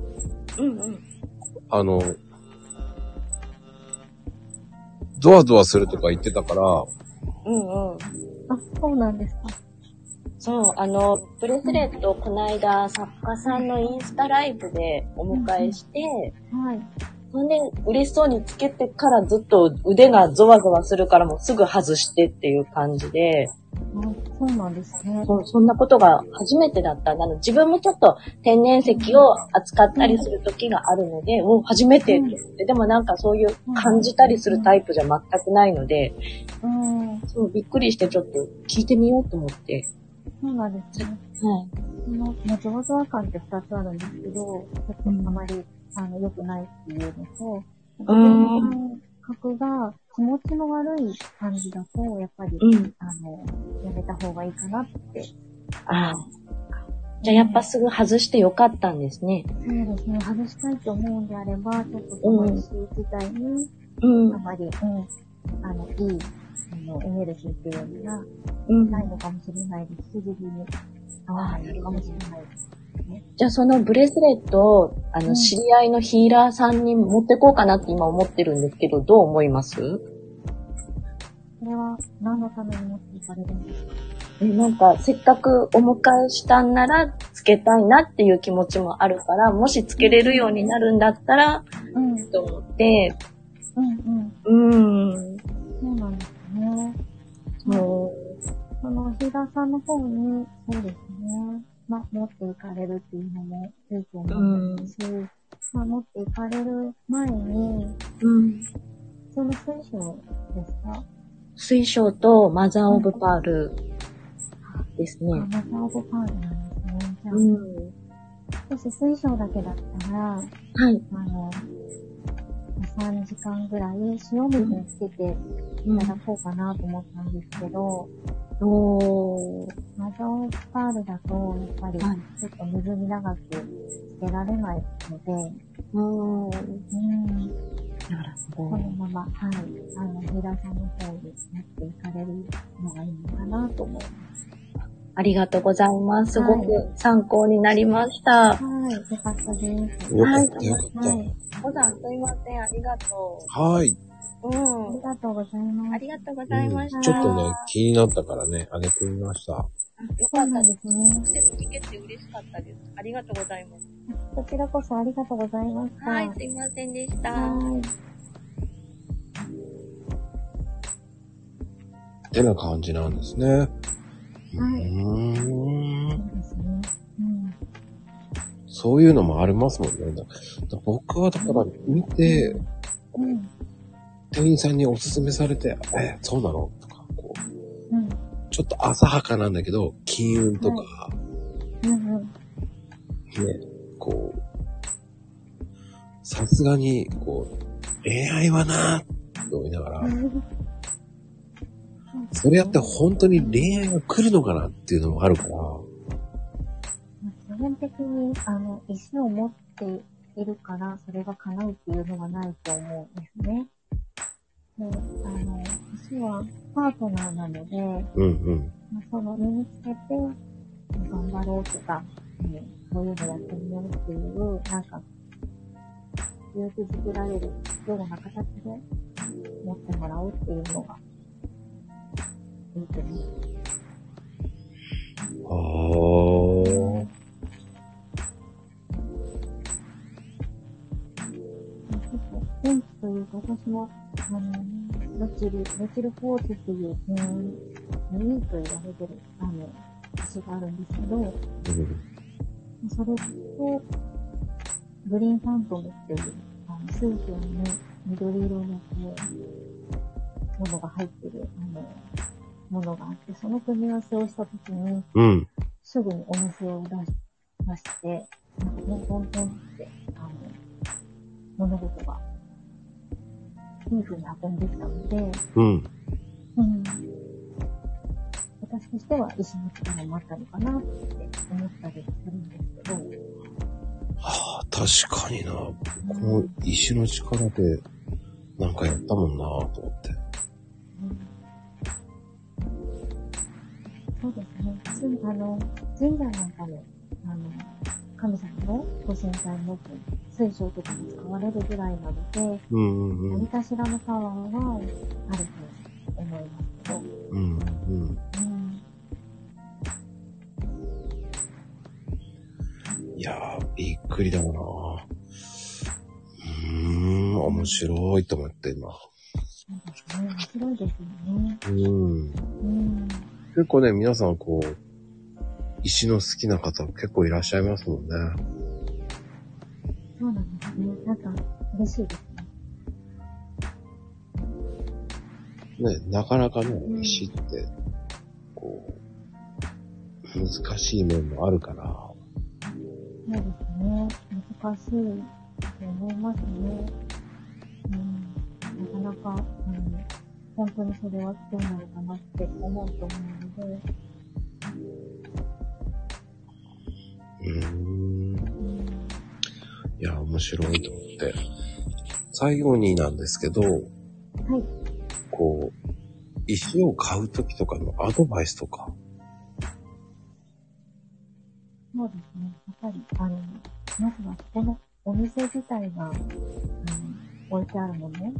ゾワゾワするとか言ってたから、 うんうん。 あ、そうなんですか。 そう、ブレスレットをこの間作家さんのインスタライブでお迎えして、 はい。 そんで嬉しそうにつけてからずっと腕がゾワゾワするからもうすぐ外してっていう感じで、 あ、そうなんですね。 そんなことが初めてだった。自分もちょっと天然石を扱ったりする時があるので、初めてって言って、でもなんかそういう感じたりするタイプじゃ全くないので、そう、びっくりしてちょっと聞いてみようと思って。 そうなんですね。 はい。 ゾワゾワ感って2つあるんですけど、ちょっとあまり、良くないっていうのと、感覚が気持ちの悪い感じだと、やっぱり、やめた方がいいかなって。 ああ。じゃあやっぱすぐ外してよかったんですね。 そうですね。外したいと思うんであれば、ちょっとその石自体に、あまり、いい、エネルギーっていうのが、ないのかもしれないですし、自分に合わないのかもしれないです。 じゃあそのブレスレットを、知り合いのヒーラーさんに持ってこうかなって今思ってるんですけど、どう思います？ それは何のために持っていかれるんですか？ なんか、せっかくお迎えしたんなら、つけたいなっていう気持ちもあるから、もしつけれるようになるんだったら、と思って、 そうなんですね。そのヒーラーさんの方に、そうですね。持っていかれるっていうのもいいと思うんですし、持っていかれる前に、その水晶ですか？ 水晶とマザーオブパールですね。 マザーオブパールなんですね。じゃあ、もし水晶だけだったら、はい。3時間ぐらい塩水につけていただこうかなと思ったんですけど、マザーオブパールだと、やっぱり、ちょっと水に長くつけられないので、 なるほど。 このまま、ヒーラーさんの方に持っていかれるのがいいのかなと思います。 ありがとうございます。すごく参考になりました。 はい、よかったです。 よかった、よかった。 小さんすいません、ありがとう。 はい。 ありがとうございます。 ありがとうございました。 ちょっとね、気になったからね、あげてみました。 よかったですね。直接聞けて嬉しかったです。ありがとうございます。 こちらこそありがとうございました。 はい、すいませんでした。 ってな感じなんですね。 はい。そうですね。 そういうのもありますもんね。僕はだから見て、店員さんにおすすめされて、そうなのとか、こう、ちょっと浅はかなんだけど、金運とか、ね、こう、さすがに、こう、恋愛はなーって思いながら、それやって本当に恋愛が来るのかなっていうのもあるから、 基本的に、石を持っているから、それが叶うっていうのはないと思うんですね。で、石はパートナーなので、その身につけて、頑張ろうとか、そういうのやってみようっていう、なんか、勇気づけられるような形で持ってもらうっていうのが、いいと思います。電気というか、私も、ロチルフォーチっていう、いいと言われてる、石があるんですけど、それと、グリーンファントムっていう、水晶に緑色のものが入ってる、ものがあって、その組み合わせをしたときに、すぐにお店を出して、なんかトントンって、物事が、いい風に運んできたので、私としては石の力もあったのかなって思ったりするんですけど。 はあ、確かにな。この石の力でなんかやったもんなぁと思って。 そうですね。神社なんかの、神様のご神体の水晶とかも使われるぐらいなので、何かしらのパワーはあると思いますけと。 うんうん。いやー、びっくりだもんな。面白いと思って今。 そうですね。面白いですよね。 結構ね、皆さんこう、石の好きな方結構いらっしゃいますもんね。 そうなんですね。なんか、嬉しいですね。 ね、なかなかね、石って、こう、難しい面もあるから。 そうですね。難しいと思いますね。なかなか、本当にそれはどうなのかなって思うと思うので。 いや、面白いと思って。最後になんですけど、はい。こう、石を買うときとかのアドバイスとか。 そうですね。やっぱり、まずはここのお店自体が、置いてあるもの。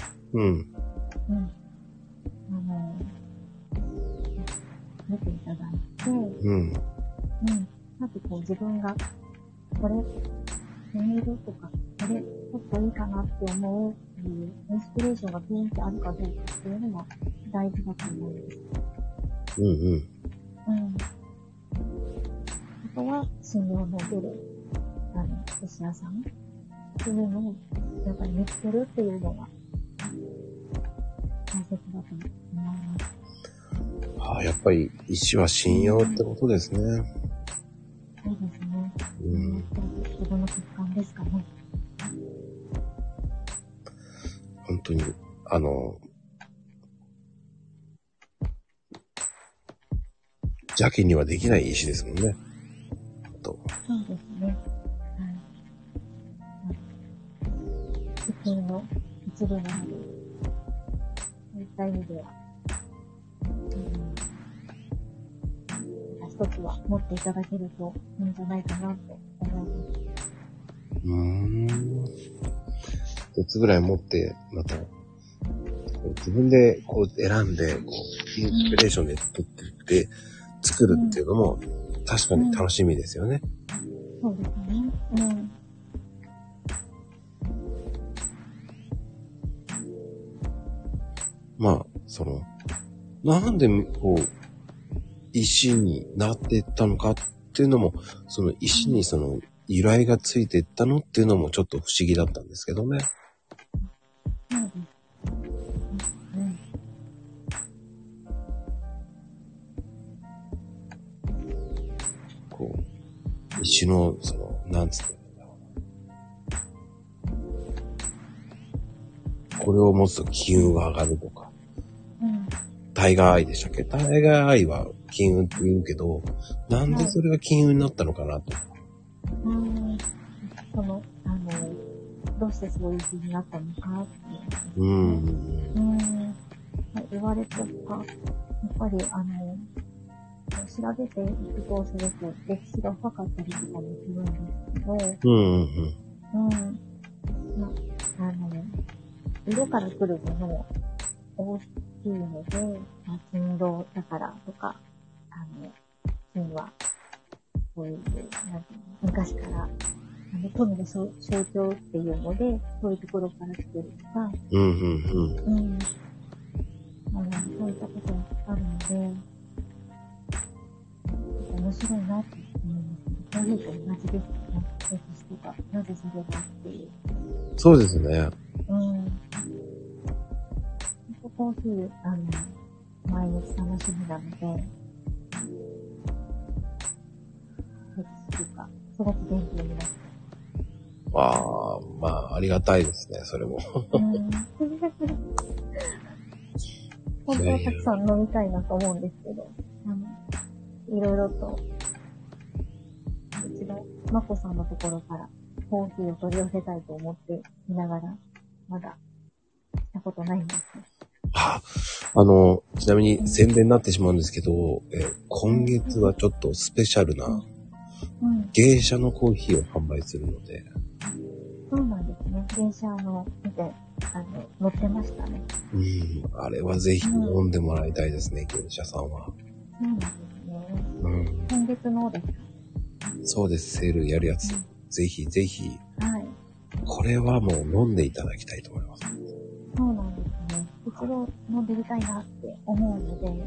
見ていただいて、まずこう自分が、これ、気に入るとか、これ、ちょっといいかなって思うっていうインスピレーションがピンってあるかどうかっていうのも大事だと思うんです。あとは、信用の出る、石屋さんっていうのを、やっぱり見つけるっていうのが、大切だと思います。 やっぱり石は信用ってことですね。 そうですね。自分の直感ですかね。 本当に、邪気にはできない石ですもんね。 そうですね。地球の一部なので、そういった意味では、一つは持っていただけるといいんじゃないかなと思います。 一つぐらい持って、また、自分でこう選んで、こう、インスピレーションで取ってって、作るっていうのも、確かに楽しみですよね。 そうですね。 なんで、こう、石になっていったのかっていうのも、その石にその由来がついていったのっていうのもちょっと不思議だったんですけどね。こう、石の、なんつってんだろうな。これを持つと金運が上がるとか。タイガーアイでしたっけ？タイガーアイは金運って言うけど、なんでそれが金運になったのかなと。 どうしてそういう風になったのかっていう。言われてか、やっぱり調べていくとすごく歴史が深かったりとかもするんですけど、色から来るものも大きいので、金色だからとか、金は、こういう、昔から、富の象徴っていうので、そういうところから来てるとか、そういったことがあるので、面白いなって思いますけど、コーヒーと同じですよね。歴史とか、なぜそれがっていう。 そうですね。 コーヒー、毎日楽しみなので、歴史とか、すごく勉強になって。 ありがたいですね、それも。 本当はたくさん飲みたいなと思うんですけど、いろいろと、うちのまこさんのところからコーヒーを取り寄せたいと思っていながら、まだしたことないんですね。 ちなみに宣伝になってしまうんですけど、今月はちょっとスペシャルな、芸者のコーヒーを販売するので、 そうなんですね。電車見て、乗ってましたね。 あれはぜひ飲んでもらいたいですね、業者さんは。 そうなんですね。今月のですか？ そうです、セールやるやつ。ぜひぜひ。 はい。 これはもう飲んでいただきたいと思います。 そうなんですね。一度飲んでみたいなって思うので、ぜ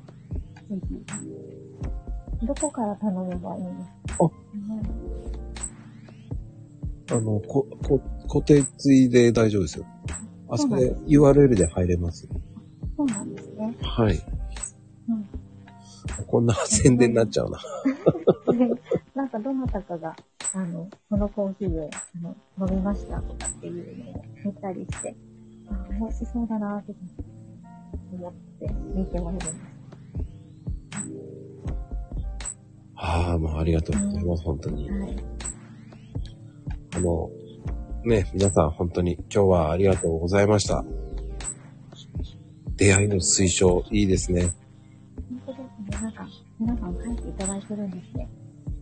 ひ。どこから頼めばいいんですか？ 固定ついで大丈夫ですよ。あそこで URL で入れます。 そうなんですね。 はい。こんな宣伝になっちゃうな。 なんかどなたかが、このコーヒーで、飲みましたとかっていうのを見たりして、美味しそうだなって思って見ております。 もうありがとうございます、本当に。 はい。 皆さん本当に今日はありがとうございました。出会いの推奨、いいですね。 本当ですね。なんか、皆さん書いていただいてるんですね。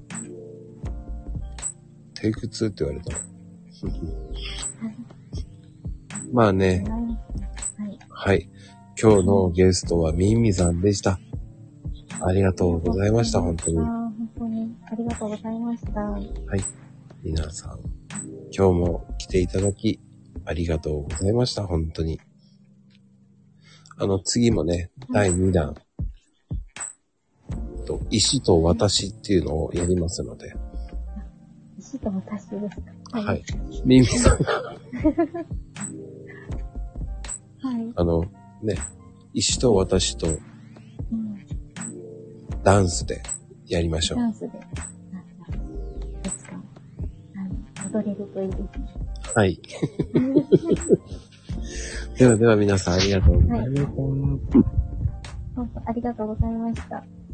テイク2って言われた。まあね。 はい。 はい。今日のゲストはミンミさんでした。ありがとうございました、本当に。 本当にありがとうございました。はい。 皆さん、今日も来ていただき、ありがとうございました、本当に。次もね、第2弾、石と私っていうのをやりますので。 石と私ですか？ はい。ミンミさんがはい。 石と私と、ダンスでやりましょう。 ダンスで。いつか、踊れるといいですね。 はい。では皆さんありがとうございました。 本当ありがとうございました。